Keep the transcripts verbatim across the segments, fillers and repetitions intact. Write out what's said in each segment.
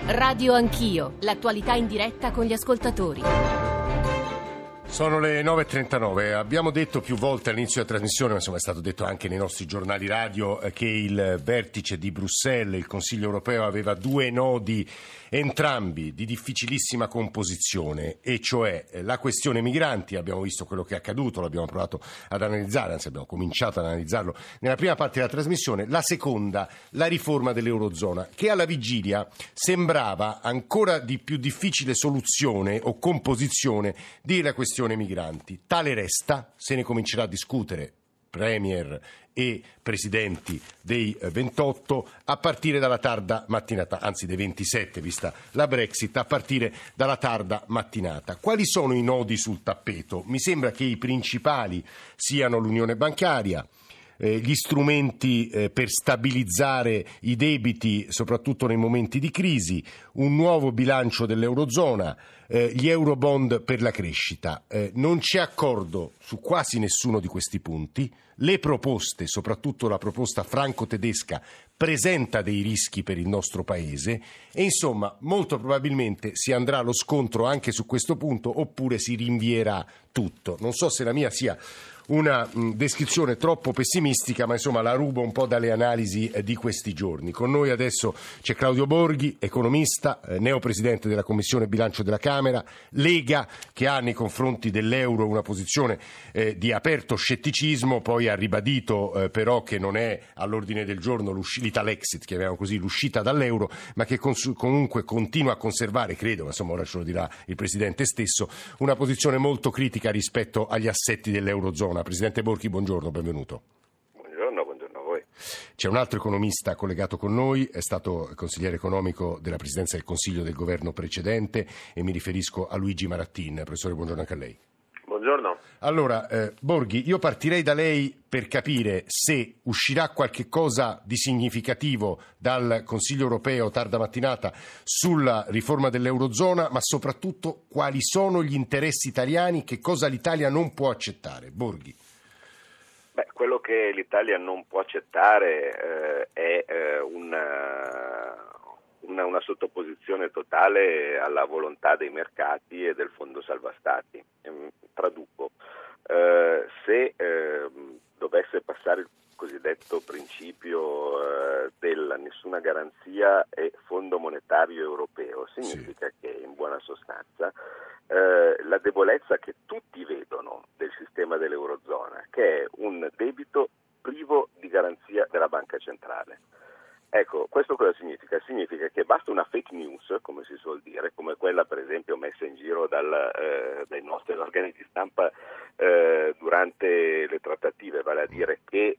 Radio Anch'io, l'attualità in diretta con gli ascoltatori. Sono le nove e trentanove, abbiamo detto più volte all'inizio della trasmissione, ma insomma è stato detto anche nei nostri giornali radio, che il vertice di Bruxelles, il Consiglio europeo, aveva due nodi entrambi di difficilissima composizione, e cioè la questione migranti. Abbiamo visto quello che è accaduto, l'abbiamo provato ad analizzare, anzi abbiamo cominciato ad analizzarlo nella prima parte della trasmissione. La seconda, la riforma dell'Eurozona, che alla vigilia sembrava ancora di più difficile soluzione o composizione della questione migranti. Tale resta, se ne comincerà a discutere premier e presidenti dei ventotto a partire dalla tarda mattinata, anzi dei ventisette, vista la Brexit, a partire dalla tarda mattinata. Quali sono i nodi sul tappeto? Mi sembra che i principali siano l'unione bancaria, Eh, gli strumenti eh, per stabilizzare i debiti soprattutto nei momenti di crisi, un nuovo bilancio dell'Eurozona, eh, gli Eurobond per la crescita. Eh, non c'è accordo su quasi nessuno di questi punti. Le proposte, soprattutto la proposta franco-tedesca, presenta dei rischi per il nostro paese e insomma molto probabilmente si andrà allo scontro anche su questo punto, oppure si rinvierà tutto. Non so se la mia sia una mh, descrizione troppo pessimistica, ma insomma la rubo un po' dalle analisi eh, di questi giorni. Con noi adesso c'è Claudio Borghi, economista, eh, neopresidente della Commissione Bilancio della Camera, Lega, che ha nei confronti dell'euro una posizione eh, di aperto scetticismo, poi ha ribadito eh, però che non è all'ordine del giorno l'Italexit, chiamiamo così, l'uscita dall'euro, ma che cons- comunque continua a conservare, credo, ma insomma ora ce lo dirà il Presidente stesso, una posizione molto critica rispetto agli assetti dell'Eurozona. Presidente Borghi, buongiorno, benvenuto. Buongiorno, buongiorno a voi. C'è un altro economista collegato con noi, è stato consigliere economico della Presidenza del Consiglio del governo precedente, e mi riferisco a Luigi Marattin. Professore, buongiorno anche a lei. Buongiorno. Allora, eh, Borghi, io partirei da lei per capire se uscirà qualche cosa di significativo dal Consiglio europeo tarda mattinata sulla riforma dell'Eurozona, ma soprattutto quali sono gli interessi italiani, che cosa l'Italia non può accettare. Borghi. Beh, quello che l'Italia non può accettare eh, è eh, una, una, una sottoposizione totale alla volontà dei mercati e del Fondo Salva Stati. Ehm, traduco. Eh, se eh, dovesse passare il cosiddetto principio eh, della nessuna garanzia e Fondo Monetario Europeo, significa sì. che in buona sostanza eh, la debolezza che tutti vedono del sistema dell'Eurozona, che è un debito privo di garanzia della Banca Centrale. Ecco, questo cosa significa? Significa che basta una fake news, come si suol dire, come quella per esempio messa in giro dal, eh, dai nostri organi di stampa eh, durante le trattative, vale a dire che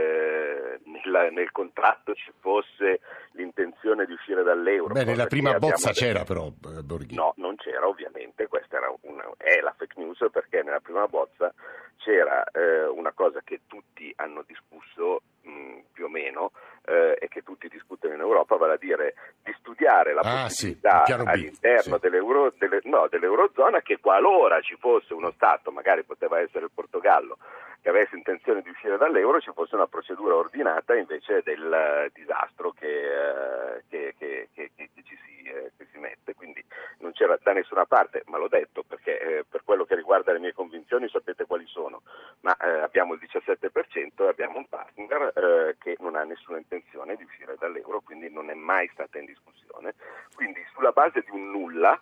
eh, nel, nel contratto ci fosse l'intenzione di uscire dall'euro. Beh, nella prima bozza detto. c'era però, Borghi. No, non c'era ovviamente, questa era una, è la fake news, perché nella prima bozza c'era eh, una cosa che tutti hanno discusso mh, più o meno, eh, e che tutti discutono in Europa, vale a dire di studiare la ah, possibilità sì, all'interno sì. dell'euro, delle, no, dell'Eurozona, che qualora ci fosse uno Stato, magari poteva essere il Portogallo, che avesse intenzione di uscire dall'euro, ci fosse una procedura ordinata invece del disastro che, eh, che, che, che, che, ci si, eh, che si mette. Quindi non c'era da nessuna parte, ma l'ho detto perché eh, per quello che riguarda le mie convinzioni sapete quali sono, ma eh, abbiamo il diciassette per cento e abbiamo un partner eh, che non ha nessuna intenzione di uscire dall'euro, quindi non è mai stata in discussione. Quindi sulla base di un nulla,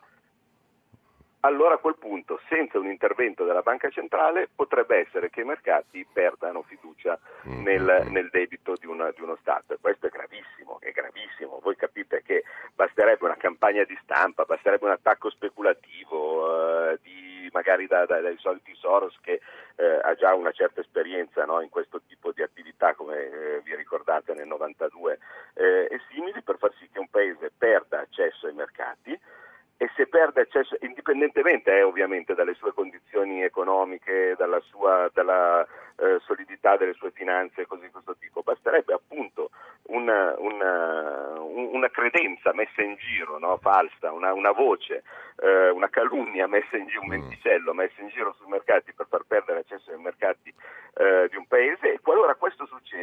allora a quel punto, senza un intervento della Banca Centrale, potrebbe essere che i mercati perdano fiducia nel, nel debito di, una, di uno Stato, e questo è gravissimo, è gravissimo. Voi capite che basterebbe una campagna di stampa, basterebbe un attacco speculativo eh, di, magari da, da, dai soliti Soros, che eh, ha già una certa esperienza, no, in questo tipo di attività, come eh, vi ricordate nel novantadue, eh, e simili, per far sì che un paese perda accesso ai mercati. E se perde accesso, indipendentemente eh, ovviamente dalle sue condizioni economiche, dalla sua dalla eh, solidità delle sue finanze e così questo tipo, basterebbe appunto una, una, una credenza messa in giro, no, falsa, una, una voce, eh, una calunnia messa in giro, un venticello messo in giro sui mercati per far perdere accesso ai mercati eh, di un paese, e qualora questo succede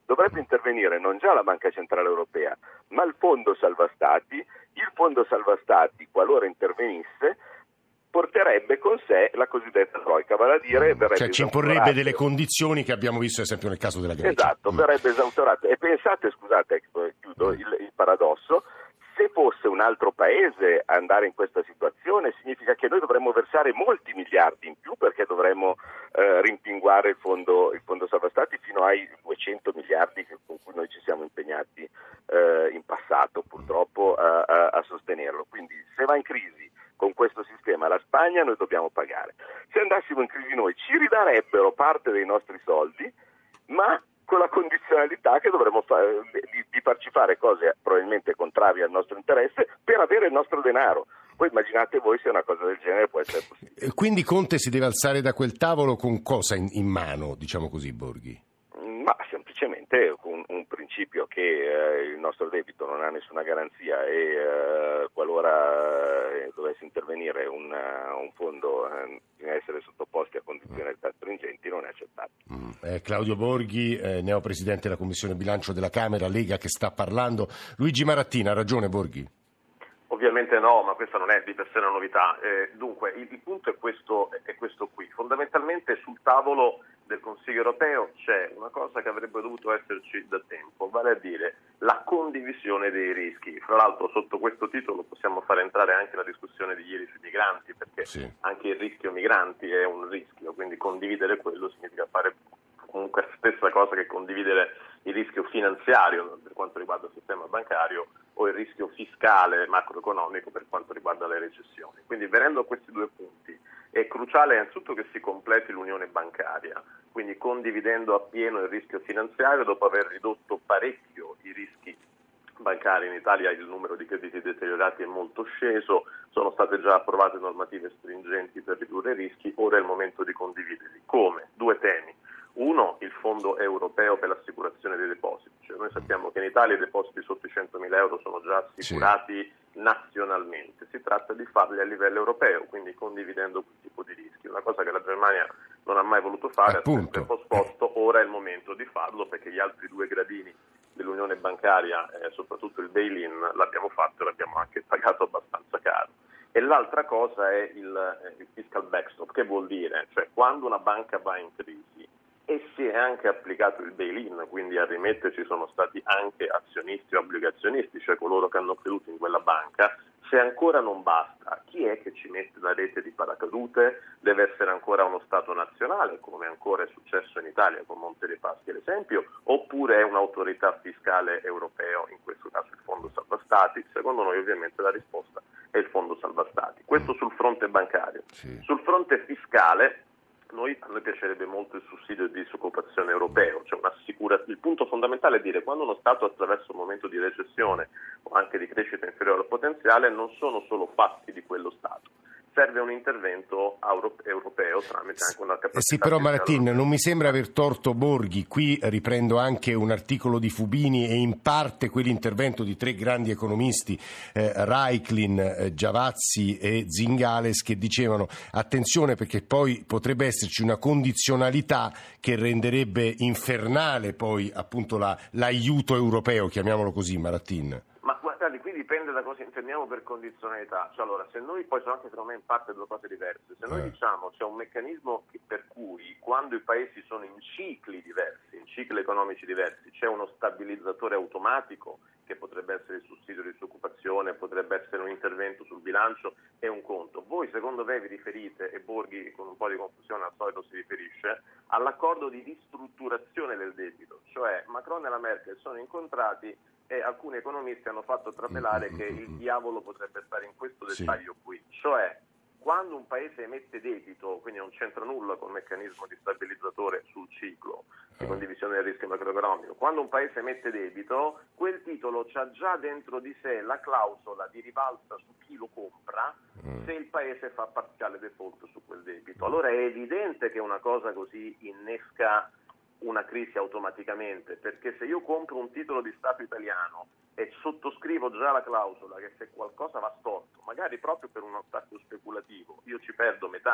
dovrebbe intervenire non già la Banca Centrale Europea, ma il Fondo Salva Stati. Il Fondo Salva Stati, qualora intervenisse, porterebbe con sé la cosiddetta troika, vale a dire verrebbe cioè ci imporrebbe delle condizioni che abbiamo visto ad esempio nel caso della Grecia. Esatto, mm. verrebbe esautorato. E pensate, scusate, chiudo il, il paradosso, se fosse un altro paese a andare in questa situazione significa che noi dovremmo versare molti miliardi in più, perché dovremmo eh, rimpinguare il fondo, il fondo Salva Stati fino ai duecento miliardi con cui noi ci siamo impegnati eh, in passato purtroppo a, a, a sostenerlo. Quindi se va in crisi con questo sistema la Spagna, noi dobbiamo pagare. Se andassimo in crisi noi ci ridarebbero parte dei nostri soldi, ma con la condizionalità che dovremmo fare, di, di farci fare cose probabilmente contrarie al nostro interesse per avere il nostro denaro. Poi immaginate voi se una cosa del genere può essere possibile. Quindi Conte si deve alzare da quel tavolo con cosa in, in mano, diciamo così, Borghi? Ma semplicemente un, un principio che eh, il nostro debito non ha nessuna garanzia e eh, qualora eh, dovesse intervenire un, uh, un fondo eh, bisogna essere sottoposti a condizionalità stringenti, non è accettabile. Mm. Eh, Claudio Borghi, eh, neopresidente della Commissione Bilancio della Camera, Lega, che sta parlando. Luigi Marattina, ha ragione Borghi? Ovviamente no, ma questa non è di per sé una novità. Eh, dunque, il, il punto è questo, è questo qui. Fondamentalmente sul tavolo del Consiglio europeo c'è una cosa che avrebbe dovuto esserci da tempo, vale a dire la condivisione dei rischi. Fra l'altro sotto questo titolo possiamo fare entrare anche la discussione di ieri sui migranti, perché sì, anche il rischio migranti è un rischio, quindi condividere quello significa fare comunque la stessa cosa che condividere il rischio finanziario per quanto riguarda il sistema bancario o il rischio fiscale macroeconomico per quanto riguarda le recessioni. Quindi venendo a questi due punti è cruciale innanzitutto che si completi l'unione bancaria, quindi condividendo appieno il rischio finanziario dopo aver ridotto parecchio i rischi bancari. In Italia il numero di crediti deteriorati è molto sceso, sono state già approvate normative stringenti per ridurre i rischi, ora è il momento di condividerli. Come? Due temi. Uno, il fondo europeo per l'assicurazione dei depositi. Cioè, noi sappiamo che in Italia i depositi sotto i centomila euro sono già assicurati sì. nazionalmente. Si tratta di farli a livello europeo, quindi condividendo quel tipo di rischi. Una cosa che la Germania non ha mai voluto fare, Appunto. ha sempre posposto, ora è il momento di farlo perché gli altri due gradini dell'unione bancaria, eh, soprattutto il bail-in, l'abbiamo fatto e l'abbiamo anche pagato abbastanza caro. E l'altra cosa è il, il fiscal backstop, che vuol dire, cioè quando una banca va in crisi, e si è anche applicato il bail-in, quindi a rimetterci sono stati anche azionisti o obbligazionisti, cioè coloro che hanno creduto in quella banca. Se ancora non basta, chi è che ci mette la rete di paracadute? Deve essere ancora uno Stato nazionale, come ancora è successo in Italia con Monte dei Paschi ad esempio, oppure è un'autorità fiscale europea, in questo caso il Fondo Salva Stati? Secondo noi ovviamente la risposta è il Fondo Salva Stati. Questo sul fronte bancario. Sì. Sul fronte fiscale, Noi, a noi piacerebbe molto il sussidio di disoccupazione europeo, cioè un'assicura... il punto fondamentale è dire quando uno Stato attraversa un momento di recessione o anche di crescita inferiore al potenziale non sono solo fatti di quello Stato. Serve un intervento europeo tramite anche una capacità. Eh sì, però Marattin, non mi sembra aver torto Borghi. Qui riprendo anche un articolo di Fubini e in parte quell'intervento di tre grandi economisti, eh, Raiklin, eh, Giavazzi e Zingales, che dicevano attenzione perché poi potrebbe esserci una condizionalità che renderebbe infernale poi appunto la, l'aiuto europeo, chiamiamolo così, Marattin. Ma guardate, qui dipende da cosa intendiamo per condizionalità. Cioè, allora, se noi poi sono anche secondo me in parte due cose diverse. Se noi eh. diciamo c'è un meccanismo che, per cui quando i paesi sono in cicli diversi, in cicli economici diversi, c'è uno stabilizzatore automatico che potrebbe essere il sussidio di disoccupazione, potrebbe essere un intervento sul bilancio, è un conto. Voi secondo me vi riferite, e Borghi con un po' di confusione al solito si riferisce, all'accordo di ristrutturazione del debito, cioè Macron e la Merkel sono incontrati e alcuni economisti hanno fatto trapelare che il diavolo potrebbe stare in questo dettaglio sì. qui, cioè quando un paese emette debito, quindi non c'entra nulla col meccanismo di stabilizzatore sul ciclo di condivisione del rischio macroeconomico, quando un paese emette debito, quel titolo c'ha già dentro di sé la clausola di rivalsa su chi lo compra se il paese fa parziale default su quel debito. Allora è evidente che una cosa così innesca una crisi automaticamente, perché se io compro un titolo di Stato italiano e sottoscrivo già la clausola che se qualcosa va storto, magari proprio per un attacco speculativo, io ci perdo metà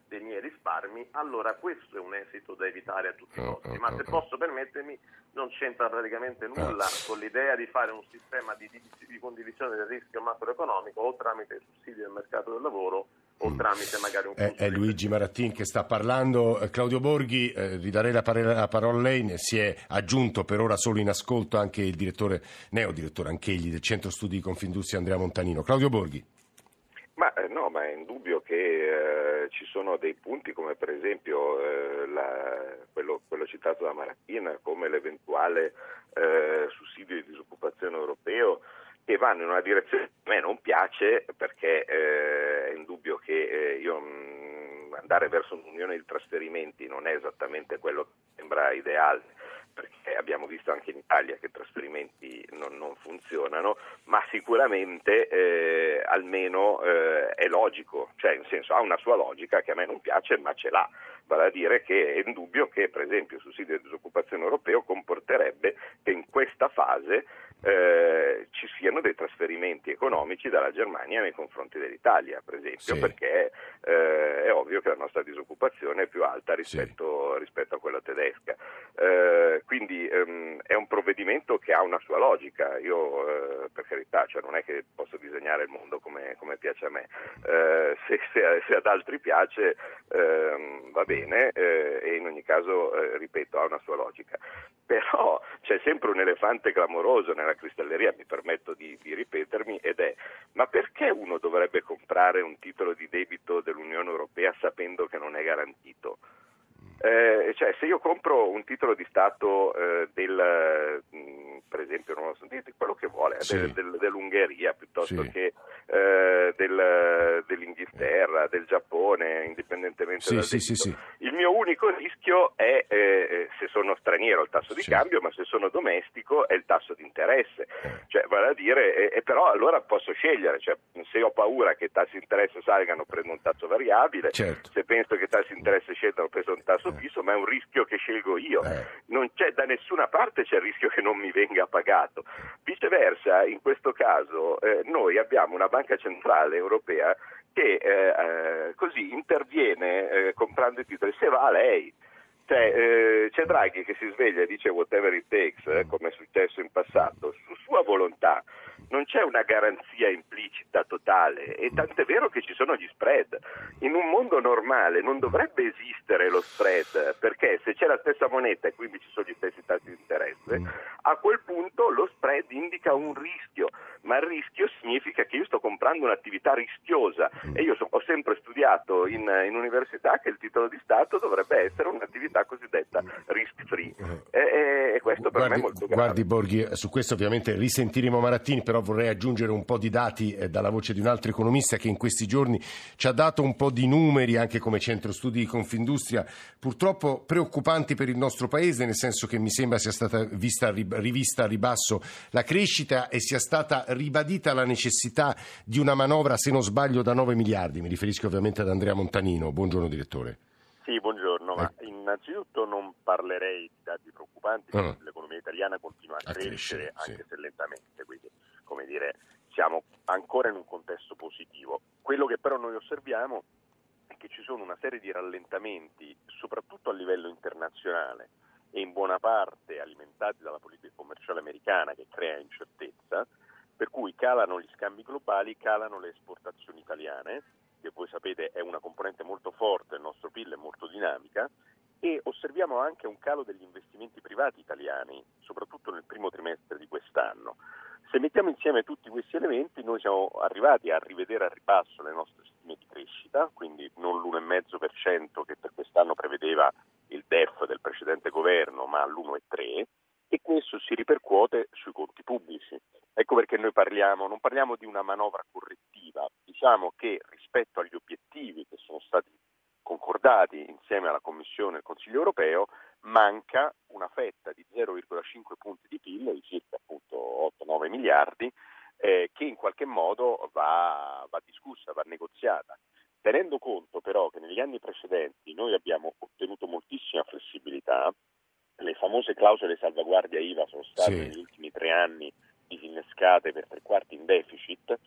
dei miei risparmi, allora questo è un esito da evitare a tutti i Oh, costi. oh, Ma oh, se oh. posso permettermi, non c'entra praticamente nulla Ah. con l'idea di fare un sistema di, di, di condivisione del rischio macroeconomico o tramite i sussidi del mercato del lavoro o Mm. tramite magari un È, flusso è di Luigi Marattin che sta parlando. Eh, Claudio Borghi, eh, ridarei la, pare- la parola a lei. Ne si è aggiunto per ora solo in ascolto anche il direttore, neodirettore anch'egli del Centro Studi di Confindustria Andrea Montanino. Claudio Borghi. Ma eh, no, ma è indubbio che eh, ci sono dei punti come per esempio eh, la, quello, quello citato da Marattin, come l'eventuale eh, sussidio di disoccupazione europeo, che vanno in una direzione che a me non piace, perché eh, è indubbio che eh, io mh, andare verso un'unione di trasferimenti non è esattamente quello che sembra ideale, perché abbiamo visto anche in Italia che i trasferimenti non, non funzionano, ma sicuramente eh, almeno eh, è logico, cioè in senso ha una sua logica che a me non piace, ma ce l'ha. Vale a dire che è indubbio che per esempio il sussidio di disoccupazione europeo comporterebbe che in questa fase eh, ci siano dei trasferimenti economici dalla Germania nei confronti dell'Italia, per esempio, Sì. perché eh, è ovvio che la nostra disoccupazione è più alta rispetto, Sì. rispetto a quella tedesca. Eh, quindi ehm, è un provvedimento che ha una sua logica. Io eh, per carità, cioè non è che posso disegnare il mondo come, come piace a me, eh, se, se, se ad altri piace ehm, va bene, eh, e in ogni caso eh, ripeto ha una sua logica, però c'è sempre un elefante clamoroso nella cristalleria, mi permetto di, di ripetermi, ed è: ma perché uno dovrebbe comprare un titolo di debito dell'Unione Europea sapendo che non è garantito? Eh, cioè, se io compro un titolo di Stato eh, del, mh, per esempio, non lo so, dite quello che vuole, Sì. del, del, dell'Ungheria piuttosto Sì. che eh, del, dell'Inghilterra, del Giappone, indipendentemente Sì, dal sì, debito, sì, sì. il mio unico rischio è eh, se sono straniero il tasso di Sì. cambio, ma se sono domestico è il tasso di interesse. Cioè, vale a dire, e, e però allora posso scegliere, cioè, se ho paura che i tassi di interesse salgano prendo un tasso variabile, Certo. se penso che i tassi di interesse scendano prendo un tasso fisso, ma è un rischio che scelgo io. Eh. Non c'è da nessuna parte c'è il rischio che non mi venga pagato. Viceversa, in questo caso eh, noi abbiamo una banca centrale europea che eh, eh, così interviene eh, comprando i titoli se va a lei. Cioè, eh, c'è Draghi che si sveglia e dice whatever it takes, eh, come è successo in passato, su sua volontà. Non c'è una garanzia implicita totale, e tant'è vero che ci sono gli spread. In un mondo normale non dovrebbe esistere lo spread, perché se c'è la stessa moneta e quindi ci sono gli stessi tassi di interesse, a quel punto lo spread indica un rischio, ma il rischio significa che io sto comprando un'attività rischiosa, e io so, ho sempre studiato in, in università che il titolo di Stato dovrebbe essere un'attività cosiddetta risk free, e, e questo per guardi, me è molto grave. Guardi Borghi, su questo ovviamente risentiremo Marattini, però vorrei aggiungere un po' di dati eh, dalla voce di un altro economista che in questi giorni ci ha dato un po' di numeri anche come Centro Studi di Confindustria, purtroppo preoccupanti per il nostro paese, nel senso che mi sembra sia stata vista, rivista a ribasso la crescita e sia stata ribadita la necessità di una manovra, se non sbaglio, da nove miliardi. Mi riferisco ovviamente ad Andrea Montanino. Buongiorno direttore. Sì, buongiorno, ma Eh. innanzitutto non parlerei di dati preoccupanti, Ah. perché l'economia italiana continua a, A crescere, crescere, sì. anche se lentamente, quindi come dire siamo ancora in un contesto positivo. Quello che però noi osserviamo è che ci sono una serie di rallentamenti, soprattutto a livello internazionale e in buona parte alimentati dalla politica commerciale americana, che crea incertezza, per cui calano gli scambi globali, calano le esportazioni italiane, che voi sapete è una componente molto forte del nostro P I L, è molto dinamica, e osserviamo anche un calo degli investimenti privati italiani, soprattutto nel primo trimestre di quest'anno. Se mettiamo insieme tutti questi elementi, noi siamo arrivati a rivedere a ribasso le nostre stime di crescita, quindi non l'uno virgola cinque per cento che per quest'anno prevedeva il D E F del precedente governo, ma all'uno virgola tre per cento, e questo si ripercuote sui conti pubblici. Ecco perché noi parliamo, non parliamo di una manovra correttiva, diciamo che rispetto agli obiettivi che sono stati concordati insieme alla Commissione e al Consiglio europeo, manca una fetta di zero virgola cinque punti di P I L, di circa appunto otto nove miliardi, eh, che in qualche modo va, va discussa, va negoziata. Tenendo conto però che negli anni precedenti noi abbiamo ottenuto moltissima flessibilità, le famose clausole salvaguardia I V A sono state Sì. negli ultimi tre anni disinnescate per tre quarti in deficit,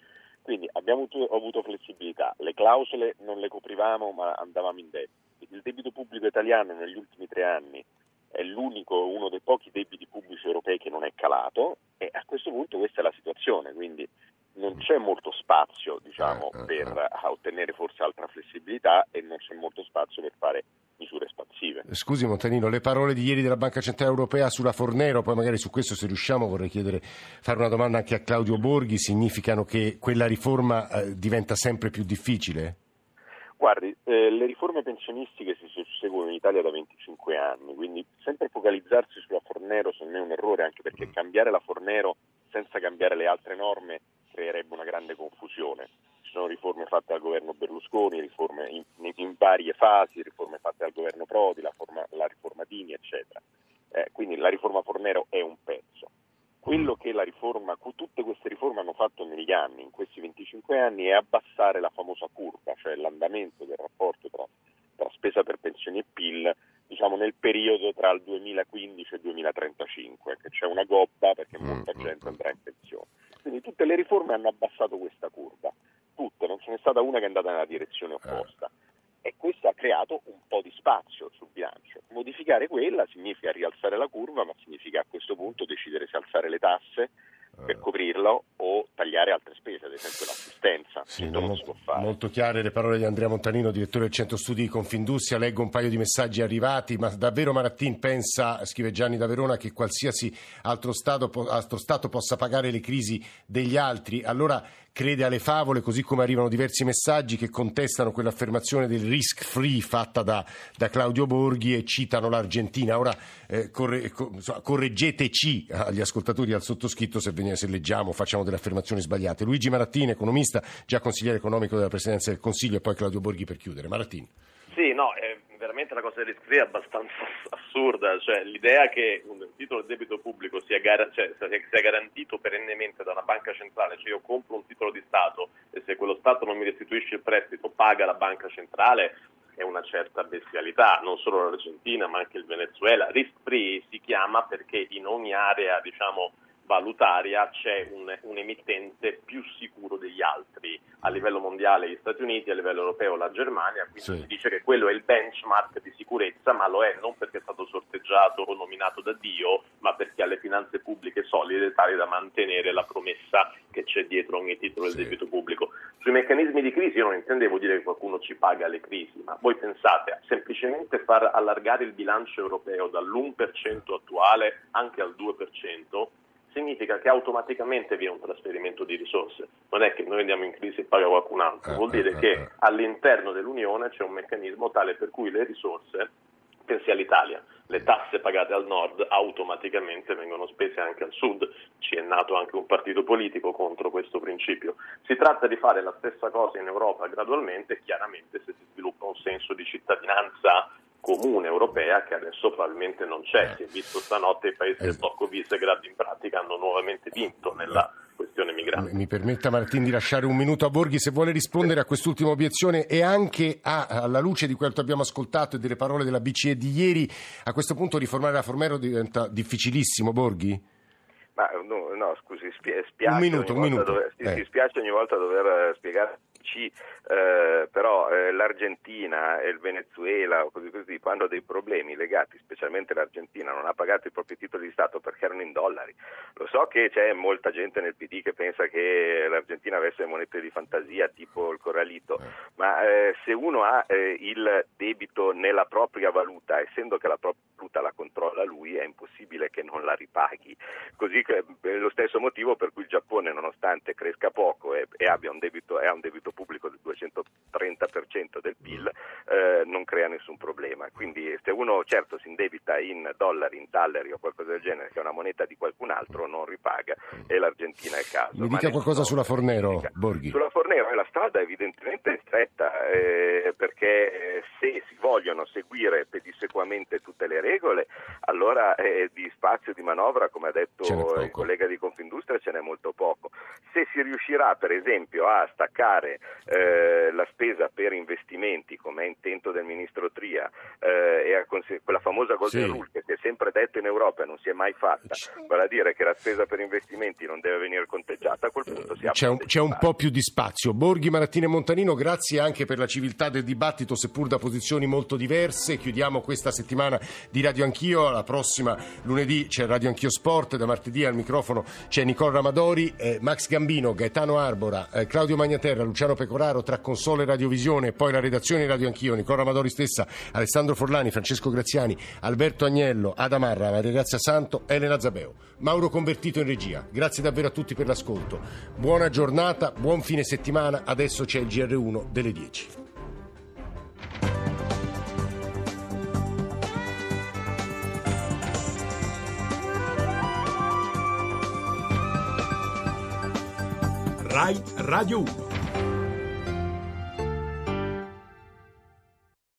Quindi abbiamo avuto, avuto flessibilità, le clausole non le coprivamo ma andavamo in deficit. Il debito pubblico italiano negli ultimi tre anni è l'unico, uno dei pochi debiti pubblici europei che non è calato, e a questo punto questa è la situazione, quindi non c'è molto spazio, diciamo, eh, eh, per eh. ottenere forse altra flessibilità, e non c'è molto spazio per fare misure espansive. Scusi Montanino, le parole di ieri della Banca Centrale Europea sulla Fornero, poi magari su questo, se riusciamo, vorrei chiedere, fare una domanda anche a Claudio Borghi, significano che quella riforma eh, diventa sempre più difficile? Guardi, eh, le riforme pensionistiche si susseguono in Italia da venticinque anni, quindi sempre focalizzarsi sulla Fornero secondo me è un errore, anche perché cambiare la Fornero senza cambiare le altre norme creerebbe una grande confusione. Ci sono riforme fatte dal governo Berlusconi, riforme in, in varie fasi, riforme fatte dal governo Prodi, la, forma, la riforma Dini, eccetera. Eh, quindi la riforma Fornero è un pezzo. Quello che la riforma, tutte queste riforme hanno fatto negli anni, in questi venticinque anni, è abbassare la famosa curva, cioè l'andamento del rapporto tra, tra spesa per pensioni e P I L, diciamo nel periodo tra il duemilaquindici e il duemilatrentacinque, che c'è una gobba perché molta gente andrà in pensione. Quindi tutte le riforme hanno abbassato questa curva, tutte, non ce n'è stata una che è andata nella direzione opposta. E questo ha creato un po' di spazio sul bilancio. Modificare quella significa rialzare la curva, ma significa a questo punto decidere se alzare le tasse per coprirlo o tagliare altre spese, ad esempio l'assistenza. Sì, non molto, si può fare. Molto chiare le parole di Andrea Montanino, direttore del Centro Studi di Confindustria. Leggo un paio di messaggi arrivati, ma davvero Marattin pensa, scrive Gianni da Verona, che qualsiasi altro stato, altro stato possa pagare le crisi degli altri? Allora crede alle favole, così come arrivano diversi messaggi che contestano quell'affermazione del risk free fatta da, da Claudio Borghi e citano l'Argentina. Ora eh, corre, co, correggeteci agli ascoltatori, al sottoscritto, se, veniamo, se leggiamo, facciamo delle affermazioni sbagliate. Luigi Marattin, economista, già consigliere economico della Presidenza del Consiglio, e poi Claudio Borghi per chiudere. Marattin. Sì, no, è veramente la cosa del risk free è abbastanza assurda, cioè l'idea che un titolo di debito pubblico sia, gar- cioè, sia garantito perennemente da una banca centrale, cioè io compro un titolo di Stato e se quello Stato non mi restituisce il prestito paga la banca centrale, è una certa bestialità. Non solo l'Argentina ma anche il Venezuela. Risk free si chiama perché in ogni area, diciamo, valutaria c'è un, un emittente più sicuro degli altri, a livello mondiale gli Stati Uniti, a livello europeo la Germania, quindi sì. Si dice che quello è il benchmark di sicurezza, ma lo è non perché è stato sorteggiato o nominato da Dio, ma perché ha le finanze pubbliche solide tali da mantenere la promessa che c'è dietro ogni titolo del sì. debito pubblico. Sui meccanismi di crisi io non intendevo dire che qualcuno ci paga le crisi, ma voi pensate a semplicemente far allargare il bilancio europeo dall'uno per cento attuale anche al due per cento, significa che automaticamente vi è un trasferimento di risorse. Non è che noi andiamo in crisi e paga qualcun altro, vuol dire che all'interno dell'Unione c'è un meccanismo tale per cui le risorse, pensi all'Italia, le tasse pagate al nord automaticamente vengono spese anche al sud. Ci è nato anche un partito politico contro questo principio. Si tratta di fare la stessa cosa in Europa gradualmente, chiaramente se si sviluppa un senso di cittadinanza comune europea che adesso probabilmente non c'è. Si è visto stanotte i paesi del blocco Visegrad in pratica hanno nuovamente vinto nella questione migranti. Mi permetta Martin di lasciare un minuto a Borghi se vuole rispondere a quest'ultima obiezione e anche a, alla luce di quanto abbiamo ascoltato e delle parole della B C E di ieri. A questo punto riformare la Fornero diventa difficilissimo, Borghi? Ma no, no scusi, spia- spiace un minuto, un minuto. Dover, eh. si spiace ogni volta dover spiegare eh, però eh, l'Argentina e il Venezuela o così così quando dei problemi legati, specialmente l'Argentina non ha pagato i propri titoli di Stato perché erano in dollari. Lo so che c'è molta gente nel P D che pensa che l'Argentina avesse monete di fantasia tipo il corrallito, eh. ma eh, se uno ha eh, il debito nella propria valuta, essendo che la propria valuta la controlla lui, è impossibile che non la ripaghi. Così che è lo stesso motivo per cui il Giappone, nonostante cresca poco e, e abbia un debito, e ha un debito pubblico del duecentotrenta per cento del P I L, eh, non crea nessun problema. Quindi se uno certo si indebita in dollari, in talleri o qualcosa del genere, che è una moneta di qualcun altro, non ripaga, e l'Argentina è il caso. Mi dica qualcosa sulla Fornero, Borghi. Sulla Fornero eh, la strada evidentemente è stretta, eh, perché eh, se si vogliono seguire pedissequamente tutte le regole, allora eh, di spazio di manovra, come ha detto il collega di Confindustria, ce n'è molto poco. Se si riuscirà per esempio a staccare eh, la spesa per investimenti come è intento del ministro Tria, eh, e a cons- quella famosa golden sì. rule che si è sempre detto in Europa e non si è mai fatta, vale a dire che la spesa per investimenti non deve venire conteggiata, a quel punto si c'è un, c'è un po' più di spazio. Borghi, Marattini e Montanino, grazie anche per la civiltà del dibattito, seppur da posizioni molto diverse. Chiudiamo questa settimana di Radio Anch'io, la prossima lunedì c'è Radio Anch'io Sport, da martedì al microfono c'è Nicola Ramadori, eh, Max Gambino, Gaetano Arbora, eh, Claudio Magnaterra, Luciano Pecoraro, tra console e radiovisione, e poi la redazione di Radio Anch'io, Nicola Ramadori stessa, Alessandro Forlani, Francesco Graziani, Alberto Agnello, Adamarra, Maria Grazia Santo, Elena Zabeo, Mauro Convertito in regia. Grazie davvero a tutti per l'ascolto, buona giornata, buon fine settimana. Adesso c'è il G R uno delle dieci. Rai Radio uno.